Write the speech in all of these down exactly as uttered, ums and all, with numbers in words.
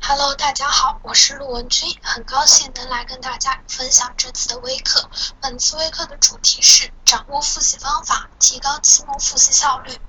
Hello， 大家好，我是陆文君，很高兴能来跟大家分享这次的微课。本次微课的主题是掌握复习方法，提高期末复习效率。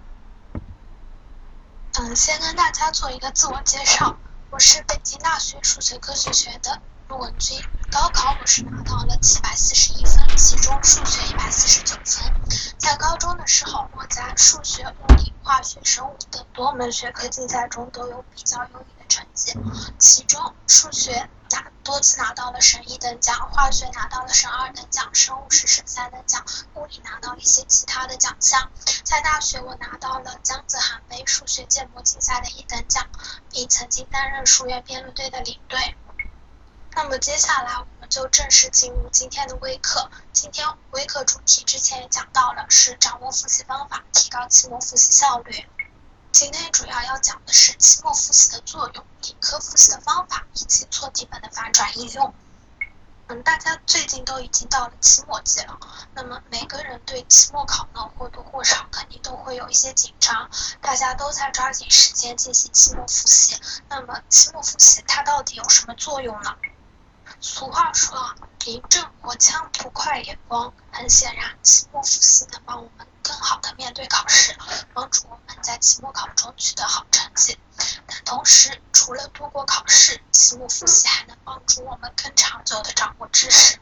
嗯，先跟大家做一个自我介绍，我是北京大学数学科学学的陆文君。高考我是拿到了七百四十一分，其中数学一百四十九分。在高中的时候，我在数学、物理、化学、生物等多门学科竞赛中都有比较优异的成绩，其中数学拿多次拿到了省一等奖，化学拿到了省二等奖，生物是省三等奖，物理拿到了一些其他的奖项。在大学我拿到了江泽涵杯数学建模竞赛的一等奖，并曾经担任数院辩论队的领队。那么接下来我们就正式进入今天的微课。今天微课主题之前也讲到了，是掌握复习方法，提高期末复习效率。今天主要要讲的是期末复习的作用、理科复习的方法以及错题本的反转应用。嗯，大家最近都已经到了期末季了，那么每个人对期末考呢或多或少肯定都会有一些紧张，大家都在抓紧时间进行期末复习。那么期末复习它到底有什么作用呢？俗话说啊，临阵磨枪不快也光。很显然，期末复习能帮我们更好的面对考试，帮助我们在期末考中取得好成绩。但同时，除了度过考试，期末复习还能帮助我们更长久的掌握知识。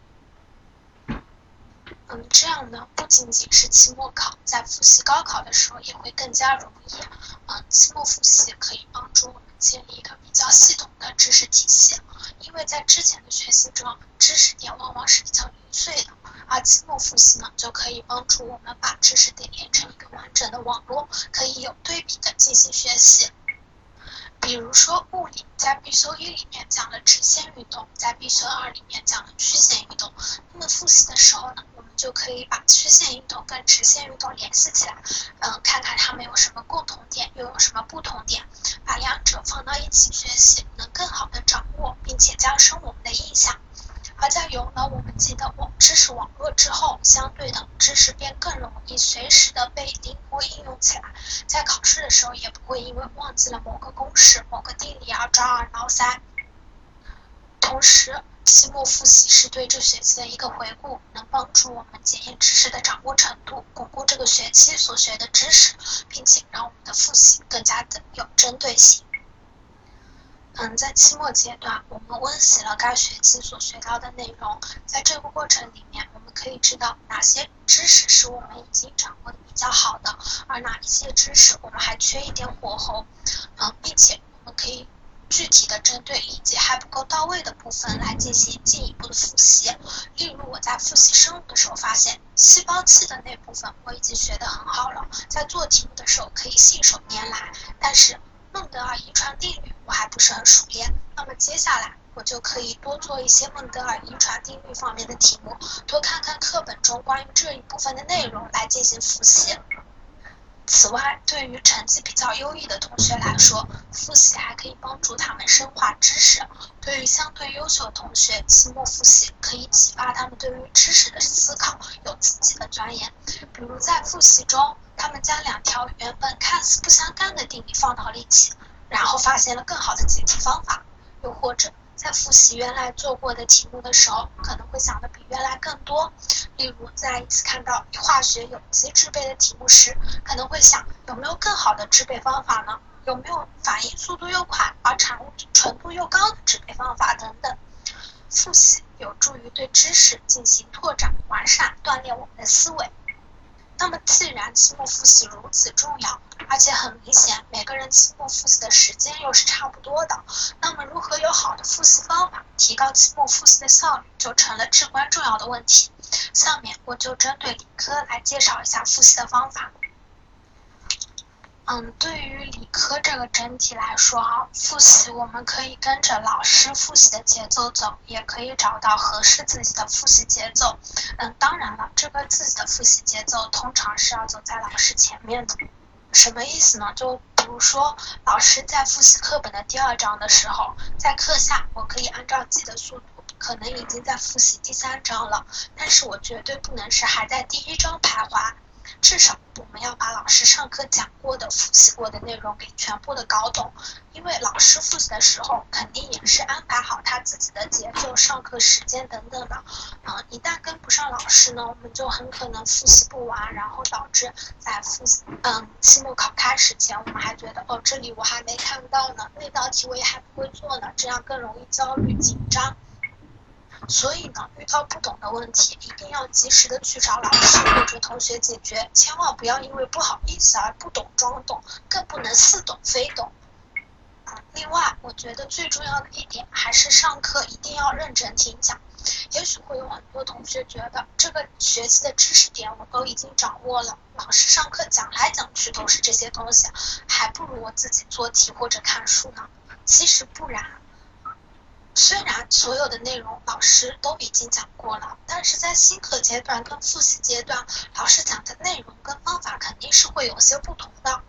嗯，这样呢，不仅仅是期末考，在复习高考的时候也会更加容易。嗯，期末复习可以帮助我们建立一个比较系统的知识体系，因为在之前的学习中，知识点往往是比较零碎的，而期末复习呢，就可以帮助我们把知识点连成一个完整的网络，可以有对比的进行学习。比如说物理在必修一里面讲了直线运动，在必修二里面讲了曲线运动，那么复习的时候呢，我们就可以把曲线运动跟直线运动联系起来，嗯，看看它们有什么共同点，又有什么不同点，把两者放到一起学习，能更好的掌握，并且加深我们的印象。而在有了我们记得网知识网络之后，相对的知识便更容易随时的被灵活应用起来，在考试的时候也不会因为忘记了某个公式、某个定理而抓耳挠腮。同时，期末复习是对这学期的一个回顾，能帮助我们检验知识的掌握程度，巩固这个学期所学的知识，并且让我们的复习更加的有针对性。嗯，在期末阶段，我们温习了该学期所学到的内容，在这个过程里面，我们可以知道哪些知识是我们已经掌握的比较好的，而哪一些知识我们还缺一点火候，嗯，并且我们可以具体的针对理解还不够到位的部分来进行进一步的复习。例如我在复习生物的时候发现，细胞器的那部分我已经学得很好了，在做题目的时候可以信手拈来，但是孟德尔遗传定律我还不是很熟练，那么接下来我就可以多做一些孟德尔遗传定律方面的题目，多看看课本中关于这一部分的内容来进行复习。此外，对于成绩比较优异的同学来说，复习还可以帮助他们深化知识。对于相对优秀的同学，期末复习可以启发他们对于知识的思考，有自己的钻研。比如在复习中，他们将两条原本看似不相干的定理放到了一起，然后发现了更好的解题方法。又或者在复习原来做过的题目的时候，可能会想的比原来更多。例如在一次看到化学有机制备的题目时，可能会想有没有更好的制备方法呢？有没有反应速度又快而产物纯度又高的制备方法等等。复习有助于对知识进行拓展、完善，锻炼我们的思维。那么既然期末复习如此重要，而且很明显每个人期末复习的时间又是差不多的，那么如何有好的复习方法，提高期末复习的效率，就成了至关重要的问题。下面我就针对理科来介绍一下复习的方法。嗯，对于理科这个整体来说啊，复习我们可以跟着老师复习的节奏走，也可以找到合适自己的复习节奏。嗯，当然了，这个自己的复习节奏通常是要走在老师前面的。什么意思呢？就比如说，老师在复习课本的第二章的时候，在课下我可以按照自己的速度，可能已经在复习第三章了，但是我绝对不能是还在第一章徘徊。 至少我们要把老师上课讲过的、复习过的内容给全部的搞懂，因为老师复习的时候肯定也是安排好他自己的节奏、上课时间等等的。嗯，一旦跟不上老师呢，我们就很可能复习不完，然后导致在复习嗯期末考开始前，我们还觉得哦这里我还没看到呢，那道题我也还不会做呢，这样更容易焦虑紧张。所以呢，遇到不懂的问题，一定要及时的去找老师或者同学解决，千万不要因为不好意思而不懂装懂，更不能似懂非懂。嗯，另外，我觉得最重要的一点还是上课一定要认真听讲。也许会有很多同学觉得这个学期的知识点我都已经掌握了，老师上课讲来讲去都是这些东西，还不如我自己做题或者看书呢。其实不然。虽然所有的内容老师都已经讲过了，但是在新课阶段跟复习阶段，老师讲的内容跟方法肯定是会有些不同的。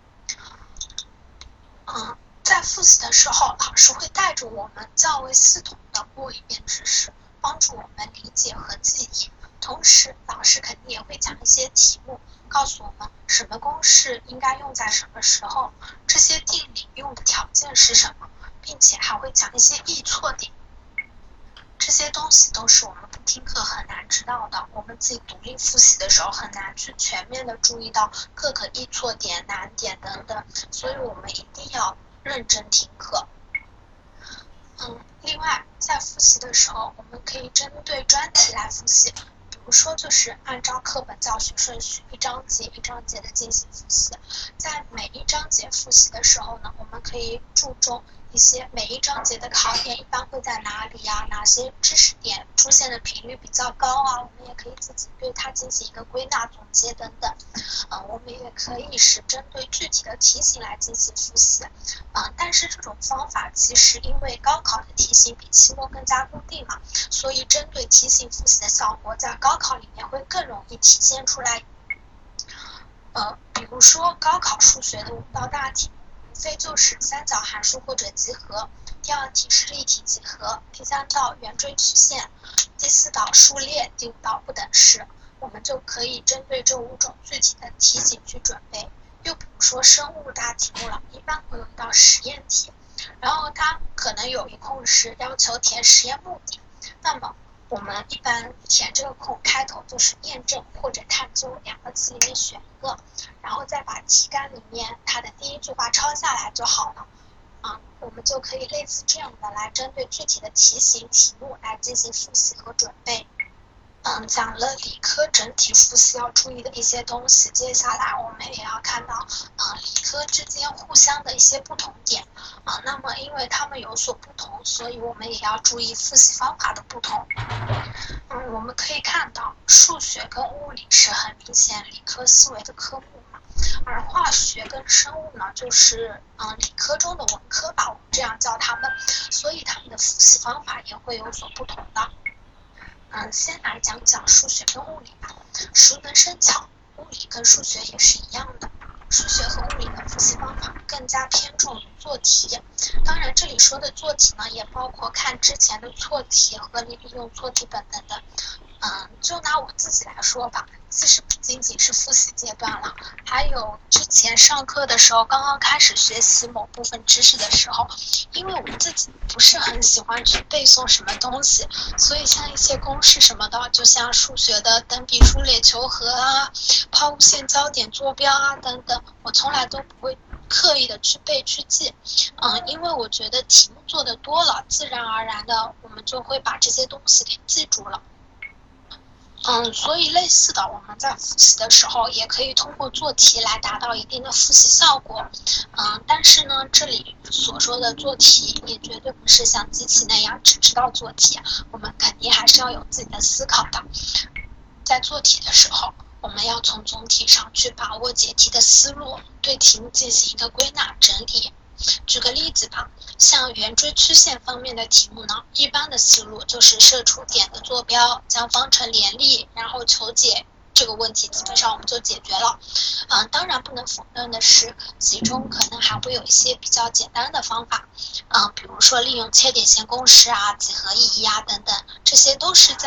嗯，在复习的时候，老师会带着我们较为系统的过一遍知识，帮助我们理解和记忆。同时，老师肯定也会讲一些题目，告诉我们什么公式应该用在什么时候，这些定理用的条件是什么，并且还会讲一些易错点。这些东西都是我们不听课很难知道的，我们自己独立复习的时候很难去全面的注意到各个易错点、难点等等，所以我们一定要认真听课。嗯，另外在复习的时候，我们可以针对专题来复习，比如说就是按照课本教学顺序，一章节一章节的进行复习。在每一章节复习的时候呢，我们可以注重一些每一章节的考点一般会在哪里啊，哪些知识点出现的频率比较高啊，我们也可以自己对它进行一个归纳总结等等。嗯，我们也可以是针对具体的题型来进行复习。嗯，但是这种方法其实因为高考的题型比期末更加固定嘛，所以针对题型复习的效果在高考里面会更容易体现出来。呃，比如说高考数学的五道大题，无非就是三角函数或者集合，第二题是立体几何，第三道圆锥曲线，第四道数列，第五道不等式。我们就可以针对这五种具体的题型去准备。又比如说生物大题目了，一般会有一道实验题，然后它可能有一空是要求填实验目的，那么我们一般填这个空开头就是验证或者探究两个词里面选一个，然后再把题干里面它的第一句话抄下来就好了。嗯，我们就可以类似这样的来针对具体的题型题目来进行复习和准备。嗯，讲了理科整体复习要注意的一些东西，接下来我们也要看到，嗯，理科之间互相的一些不同点。啊，那么因为它们有所不同，所以我们也要注意复习方法的不同。嗯，我们可以看到，数学跟物理是很明显理科思维的科目嘛，而化学跟生物呢，就是嗯理科中的文科吧，我们这样叫他们，所以他们的复习方法也会有所不同的。嗯，先来讲讲数学跟物理吧。熟能生巧，物理跟数学也是一样的。数学和物理的复习方法更加偏重于做题，当然这里说的做题呢，也包括看之前的错题和利用错题本等等。嗯，就拿我自己来说吧，其实不仅仅是复习阶段了，还有之前上课的时候，刚刚开始学习某部分知识的时候，因为我自己不是很喜欢去背诵什么东西，所以像一些公式什么的，就像数学的等比数列求和啊、抛物线焦点坐标啊等等，我从来都不会刻意的去背去记。嗯，因为我觉得题目做的多了，自然而然的我们就会把这些东西给记住了。嗯，所以类似的，我们在复习的时候也可以通过做题来达到一定的复习效果。嗯，但是呢，这里所说的做题也绝对不是像机器那样只知道做题，我们肯定还是要有自己的思考的。在做题的时候，我们要从总体上去把握解题的思路，对题目进行一个归纳整理。举个例子吧，像圆锥曲线方面的题目呢，一般的思路就是设出点的坐标，将方程联立，然后求解，这个问题基本上我们就解决了。嗯，当然不能否认的是，其中可能还会有一些比较简单的方法，嗯，比如说利用切点线公式啊、几何意义啊等等，这些都是在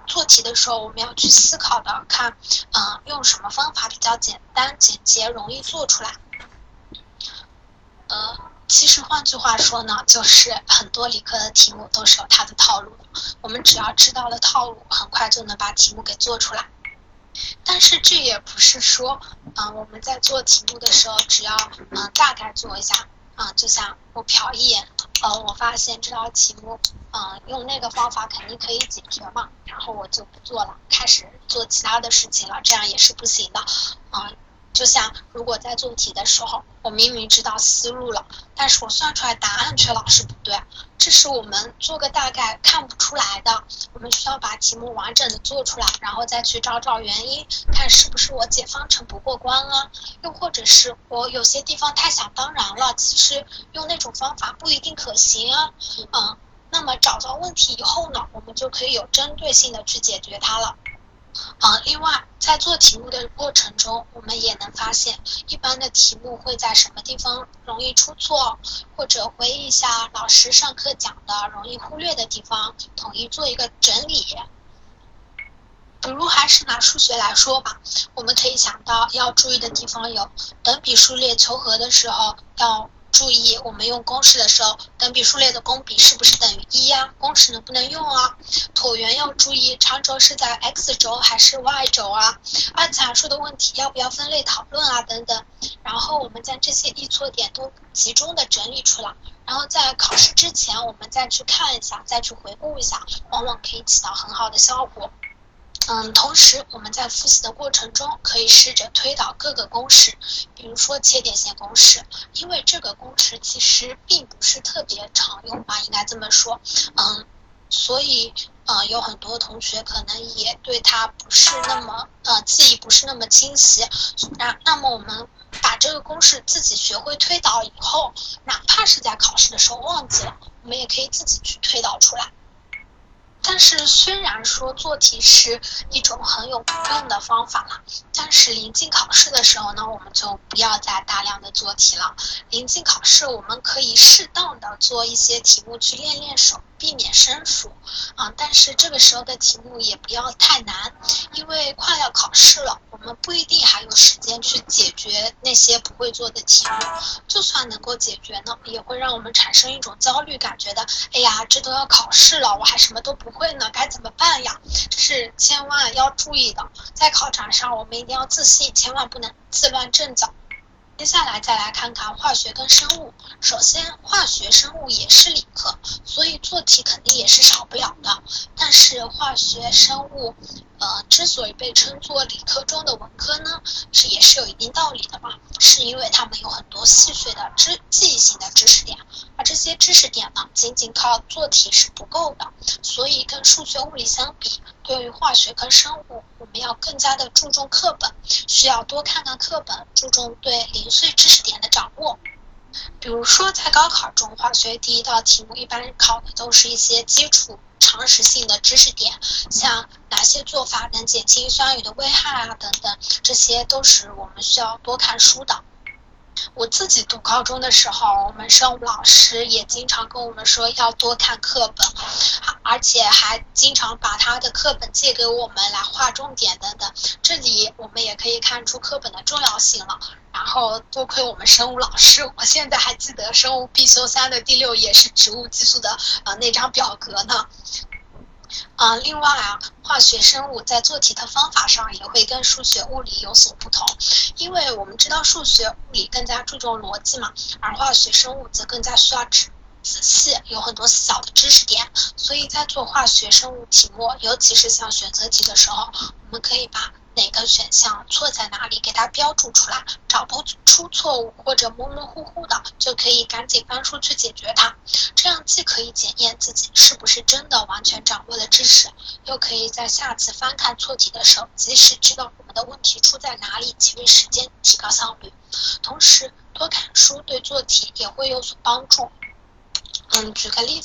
做题的时候，我们要去思考的，看，嗯、呃，用什么方法比较简单、简洁、容易做出来。呃，其实换句话说呢，就是很多理科的题目都是有它的套路的，我们只要知道了套路，很快就能把题目给做出来。但是这也不是说，嗯、呃，我们在做题目的时候，只要嗯、呃、大概做一下，嗯、呃，就像我瞟一眼，呃，我发现这道题目，嗯、呃，用那个方法肯定可以解决嘛，然后我就不做了，开始做其他的事情了，这样也是不行的，嗯、呃。就像如果在做题的时候，我明明知道思路了，但是我算出来答案却老是不对，这是我们做个大概看不出来的，我们需要把题目完整的做出来，然后再去找找原因，看是不是我解方程不过关啊，又或者是我有些地方太想当然了，其实用那种方法不一定可行啊，嗯，那么找到问题以后呢，我们就可以有针对性的去解决它了。呃，另外，在做题目的过程中，我们也能发现，一般的题目会在什么地方容易出错，或者回忆一下老师上课讲的容易忽略的地方，统一做一个整理。比如还是拿数学来说吧，我们可以想到要注意的地方有，等比数列求和的时候要注意，我们用公式的时候，等比数列的公比是不是等于一呀？公式能不能用啊？椭圆要注意长轴是在 x 轴还是 y 轴啊？二次函数的问题要不要分类讨论啊？等等。然后我们将这些易错点都集中的整理出来，然后在考试之前我们再去看一下，再去回顾一下，往往可以起到很好的效果。嗯，同时我们在复习的过程中可以试着推导各个公式，比如说切点线公式，因为这个公式其实并不是特别常用吧，应该这么说。嗯，所以呃有很多同学可能也对它不是那么呃记忆不是那么清晰。那那么我们把这个公式自己学会推导以后，哪怕是在考试的时候忘记了，我们也可以自己去推导出来。但是虽然说做题是一种很有用的方法了，但是临近考试的时候呢，我们就不要再大量的做题了。临近考试，我们可以适当的做一些题目去练练手，避免生疏啊。但是这个时候的题目也不要太难，因为快要考试了，我们不一定还有时间去解决那些不会做的题目。就算能够解决呢，也会让我们产生一种焦虑感，觉得哎呀，这都要考试了，我还什么都不会呢，该怎么办呀？这是千万要注意的，在考场上我们一定要自信，千万不能自乱阵脚。接下来再来看看化学跟生物。首先，化学、生物也是理科，所以做题肯定也是少不了的。但是化学、生物，呃，之所以被称作理科中的文科呢，是也是有一定道理的嘛，是因为他们有很多细碎的知记忆性的知识点，而这些知识点呢，仅仅靠做题是不够的，所以跟数学、物理相比，对于化学跟生物，我们要更加的注重课本，需要多看看课本，注重对零碎知识点的掌握。比如说在高考中，化学第一道题目一般考的都是一些基础常识性的知识点，像哪些做法能减轻酸雨的危害啊等等，这些都是我们需要多看书的。我自己读高中的时候，我们生物老师也经常跟我们说要多看课本，而且还经常把他的课本借给我们来划重点等等。这里我们也可以看出课本的重要性了。然后多亏我们生物老师，我现在还记得生物必修三的第六页是植物激素的呃那张表格呢。呃，另外啊，化学生物在做题的方法上也会跟数学物理有所不同，因为我们知道数学物理更加注重逻辑嘛，而化学生物则更加需要仔仔细，有很多小的知识点，所以在做化学生物题目，尤其是像选择题的时候，我们可以把哪个选项错在哪里给它标注出来，找不出错误或者模模糊糊的，就可以赶紧翻书去解决它。这样既可以检验自己是不是真的完全掌握了知识，又可以在下次翻看错题的时候及时知道我们的问题出在哪里，节约时间，提高效率。同时多看书对做题也会有所帮助。嗯，举个例子吧，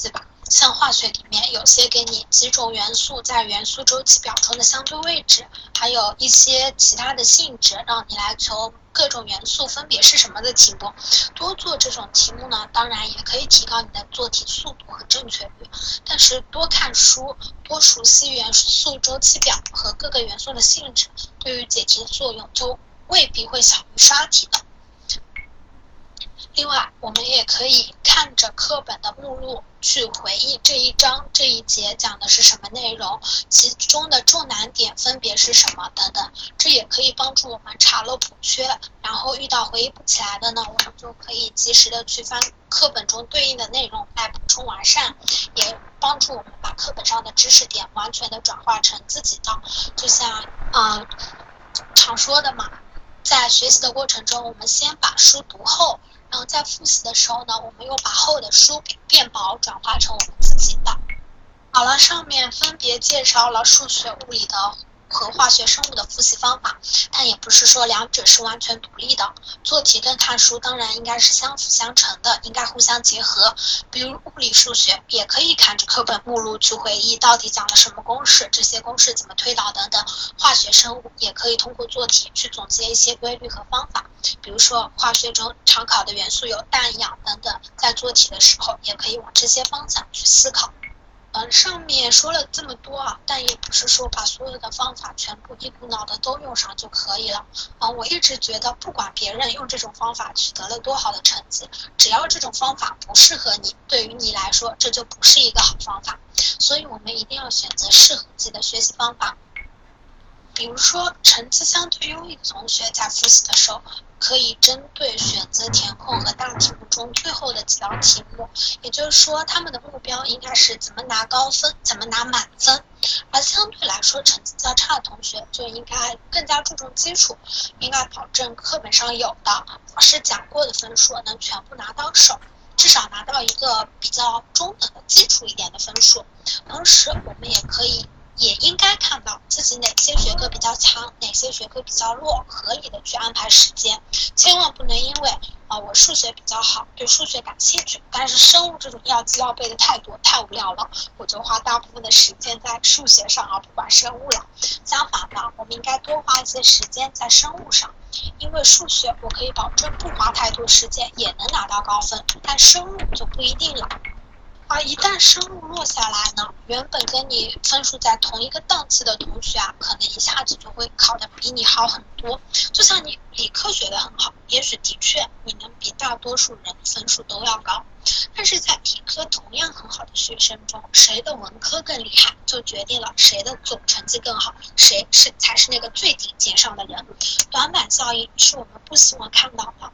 像化学里面有些给你几种元素在元素周期表中的相对位置，还有一些其他的性质，让你来求各种元素分别是什么的题目。多做这种题目呢，当然也可以提高你的做题速度和正确率，但是多看书，多熟悉元素周期表和各个元素的性质，对于解题的作用就未必会小于刷题的。另外，我们也可以看着课本的目录去回忆这一章这一节讲的是什么内容，其中的重难点分别是什么等等，这也可以帮助我们查漏补缺，然后遇到回忆不起来的呢，我们就可以及时的去翻课本中对应的内容来补充完善，也帮助我们把课本上的知识点完全的转化成自己的。就像呃常说的嘛，在学习的过程中，我们先把书读厚，然后在复习的时候呢，我们又把厚的书给变薄，转化成我们自己的。好了，上面分别介绍了数学、物理的和化学、生物的复习方法，但也不是说两者是完全独立的。做题跟看书当然应该是相辅相成的，应该互相结合。比如物理、数学也可以看着课本目录去回忆到底讲了什么公式，这些公式怎么推导等等。化学、生物也可以通过做题去总结一些规律和方法。比如说化学中常考的元素有氮、氧等等，在做题的时候也可以往这些方向去思考。嗯，上面说了这么多啊，但也不是说把所有的方法全部一股脑的都用上就可以了。啊，我一直觉得不管别人用这种方法取得了多好的成绩，只要这种方法不适合你，对于你来说这就不是一个好方法。所以我们一定要选择适合自己的学习方法。比如说成绩相对优异的同学在复习的时候，可以针对选择填空和大题目中最后的几道题目，也就是说他们的目标应该是怎么拿高分，怎么拿满分。而相对来说成绩较差的同学就应该更加注重基础，应该保证课本上有的老师讲过的分数能全部拿到手，至少拿到一个比较中等的基础一点的分数。同时我们也可以也应该看到自己哪些学科比较强，哪些学科比较弱，合理的去安排时间。千万不能因为啊、呃、我数学比较好，对数学感兴趣，但是生物这种要记要背的太多太无聊了，我就花大部分的时间在数学上，而不管生物了。相反的，我们应该多花一些时间在生物上，因为数学我可以保证不花太多时间也能拿到高分，但生物就不一定了。而一旦生物落下来呢，原本跟你分数在同一个档次的同学啊，可能一下子就会考得比你好很多。就像你理科学得很好，也许的确你能比大多数人分数都要高，但是在理科同样很好的学生中，谁的文科更厉害，就决定了谁的总成绩更好，谁是才是那个最顶尖上的人。短板效应是我们不希望看到的。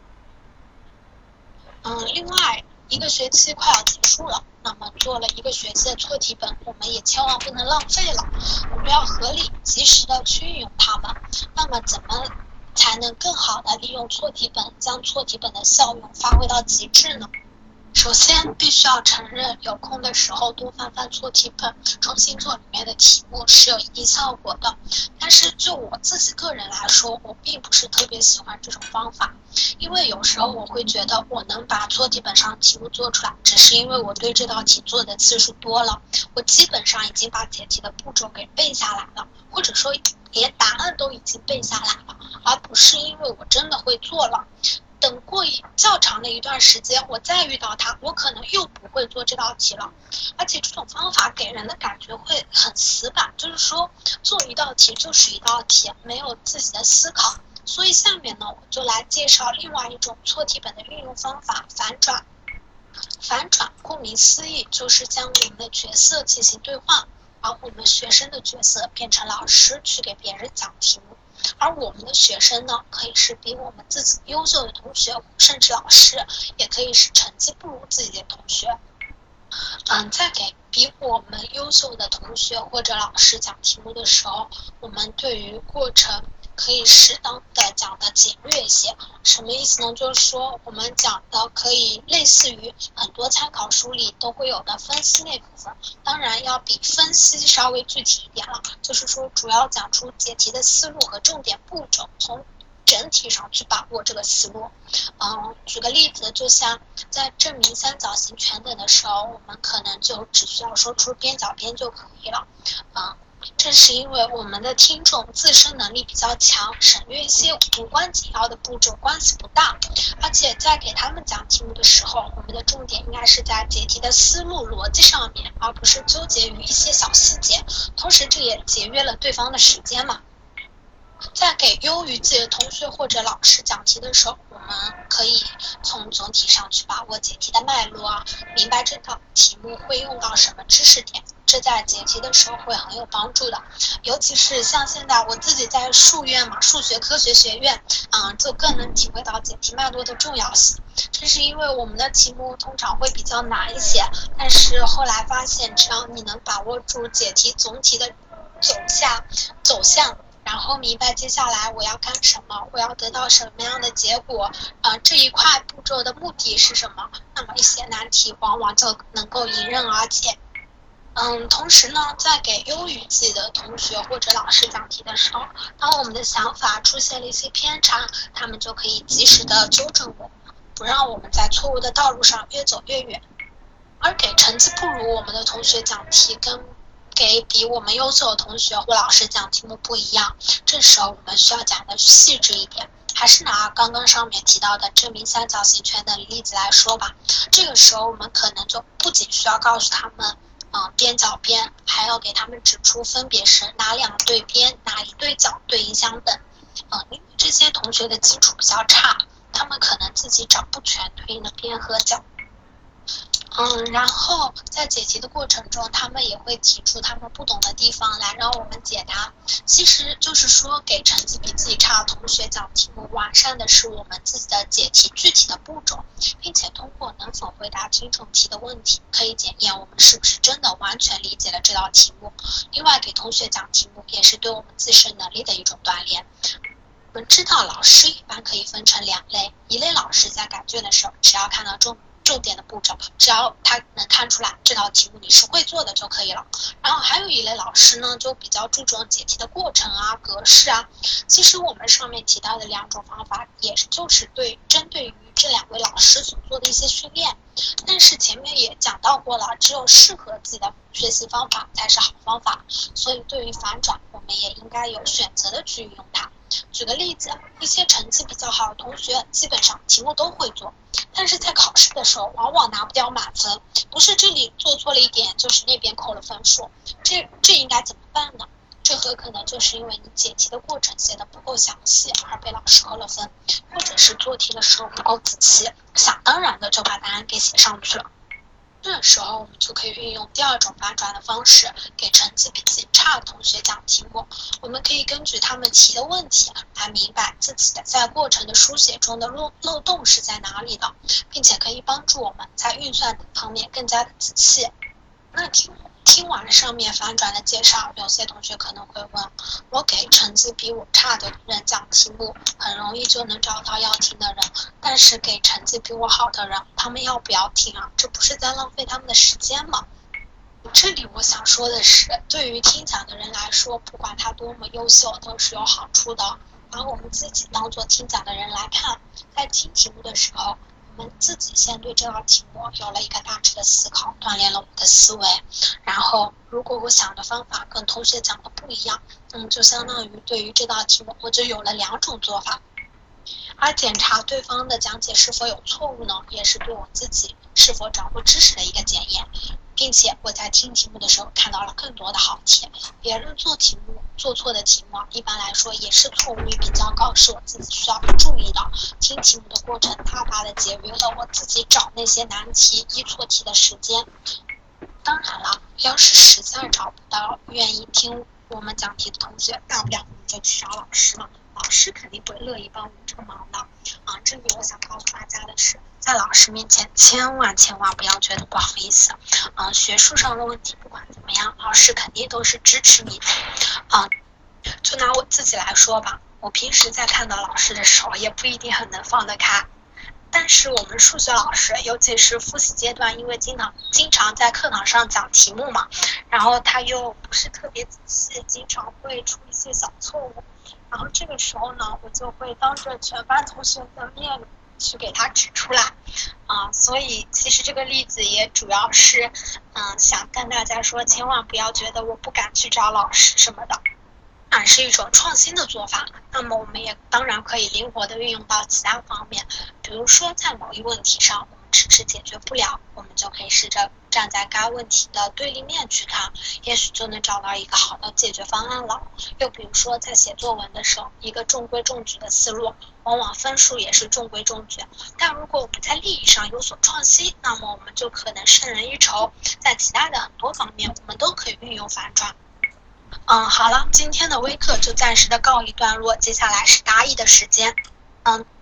嗯，另外一个学期快要结束了，那么做了一个学期的错题本，我们也千万不能浪费了，我们要合理及时的去运用它们。那么怎么才能更好的利用错题本，将错题本的效用发挥到极致呢？首先必须要承认，有空的时候多翻翻错题本，重新做里面的题目是有一定效果的。但是就我自己个人来说，我并不是特别喜欢这种方法，因为有时候我会觉得我能把错题本上题目做出来，只是因为我对这道题做的次数多了，我基本上已经把解题的步骤给背下来了，或者说连答案都已经背下来了，而不是因为我真的会做了。等过一较长的一段时间，我再遇到它，我可能又不会做这道题了。而且这种方法给人的感觉会很死板，就是说做一道题就是一道题，没有自己的思考。所以下面呢，我就来介绍另外一种错题本的运用方法——反转。反转顾名思义，就是将我们的角色进行兑换，而我们学生的角色变成老师去给别人讲题目。而我们的学生呢，可以是比我们自己优秀的同学，甚至老师，也可以是成绩不如自己的同学。嗯，在给比我们优秀的同学或者老师讲题目的时候，我们对于过程可以适当的讲的简略一些。什么意思呢？就是说我们讲的可以类似于很多参考书里都会有的分析那部分，当然要比分析稍微具体一点了，就是说主要讲出解题的思路和重点步骤，从整体上去把握这个思路。嗯，举个例子，就像在证明三角形全等的时候，我们可能就只需要说出边角边就可以了。嗯，这是因为我们的听众自身能力比较强，省略一些无关紧要的步骤关系不大，而且在给他们讲题目的时候，我们的重点应该是在解题的思路逻辑上面，而不是纠结于一些小细节，同时这也节约了对方的时间嘛。在给优于自己的同学或者老师讲题的时候，我们可以从总体上去把握解题的脉络啊，明白这道题目会用到什么知识点，这在解题的时候会很有帮助的。尤其是像现在我自己在数院嘛，数学科学学院，嗯，就更能体会到解题脉络的重要性。这是因为我们的题目通常会比较难一些，但是后来发现，只要你能把握住解题总体的走向走向。然后明白接下来我要干什么，我要得到什么样的结果，呃，这一块步骤的目的是什么，那么一些难题往往就能够迎刃而解。嗯，同时呢，在给优于自己的同学或者老师讲题的时候，当我们的想法出现了一些偏差，他们就可以及时的纠正我们，不让我们在错误的道路上越走越远。而给成绩不如我们的同学讲题，跟给比我们优秀的同学或老师讲题目不一样，这时候我们需要讲的细致一点。还是拿刚刚上面提到的证明三角形全等的例子来说吧，这个时候我们可能就不仅需要告诉他们嗯，边角边，还要给他们指出分别是哪两对边，哪一对角对应相等。嗯，因为这些同学的基础比较差，他们可能自己找不全对应的边和角。嗯，然后在解题的过程中，他们也会提出他们不懂的地方来让我们解答。其实就是说，给成绩比自己差的同学讲题目，完善的是我们自己的解题具体的步骤，并且通过能否回答听众提的问题，可以检验我们是不是真的完全理解了这道题目。另外，给同学讲题目也是对我们自身能力的一种锻炼。我们知道老师一般可以分成两类，一类老师在改卷的时候，只要看到重重点的步骤，只要他能看出来这道题目你是会做的就可以了。然后还有一类老师呢，就比较注重解题的过程啊、格式啊。其实我们上面提到的两种方法，也是就是对针对于这两位老师所做的一些训练。但是前面也讲到过了，只有适合自己的学习方法才是好方法，所以对于反转，我们也应该有选择的去运用它。举个例子，一些成绩比较好的同学，基本上题目都会做，但是在考试的时候往往拿不掉满分，不是这里做错了一点，就是那边扣了分数，这这应该怎么办呢？这很可能就是因为你解题的过程写的不够详细而被老师扣了分，或者是做题的时候不够仔细，想当然的就把答案给写上去了。这时候我们就可以运用第二种反转的方式，给成绩比自己差的同学讲题目。我们可以根据他们提的问题来明白自己的在过程的书写中的漏漏洞是在哪里的，并且可以帮助我们在运算方面更加的仔细。那听听完上面反转的介绍，有些同学可能会问，我给成绩比我差的人讲题目，很容易就能找到要听的人，但是给成绩比我好的人，他们要不要听啊？这不是在浪费他们的时间吗？这里我想说的是，对于听讲的人来说，不管他多么优秀都是有好处的。把我们自己当作听讲的人来看，在听题目的时候，我们自己先对这道题目有了一个大致的思考，锻炼了我们的思维。然后如果我想的方法跟同学讲的不一样，嗯，就相当于对于这道题目我就有了两种做法。而检查对方的讲解是否有错误呢，也是对我自己是否掌握知识的一个检验。并且我在听题目的时候看到了更多的好题，别人做题目做错的题目一般来说也是错误率比较高，是我自己需要注意的。听题目的过程大大的节约了我自己找那些难题一错题的时间。当然了，要是实在找不到愿意听我们讲题的同学，大不了我们就去找老师嘛，老师肯定会乐意帮我们这个忙的。啊，这里我想告诉大家的是，在老师面前千万千万不要觉得不好意思。嗯，学术上的问题不管怎么样，老师肯定都是支持你的。嗯，就拿我自己来说吧，我平时在看到老师的时候，也不一定很能放得开。但是我们数学老师，尤其是复习阶段，因为经常经常在课堂上讲题目嘛，然后他又不是特别仔细，经常会出一些小错误。 然后这个时候呢，我就会当着全班同学的面去给他指出来啊，所以其实这个例子也主要是嗯想跟大家说，千万不要觉得我不敢去找老师什么的，啊，是一种创新的做法。那么我们也当然可以灵活的运用到其他方面，比如说在某一问题上我们迟迟解决不了，我们就可以试着站在该问题的对立面去看，也许就能找到一个好的解决方案了。又比如说在写作文的时候，一个中规中矩的思路，往往分数也是中规中矩，但如果我们在利益上有所创新，那么我们就可能胜人一筹，在其他的很多方面我们都可以运用反转。嗯，好了，今天的微课就暂时的告一段落，接下来是答疑的时间。嗯。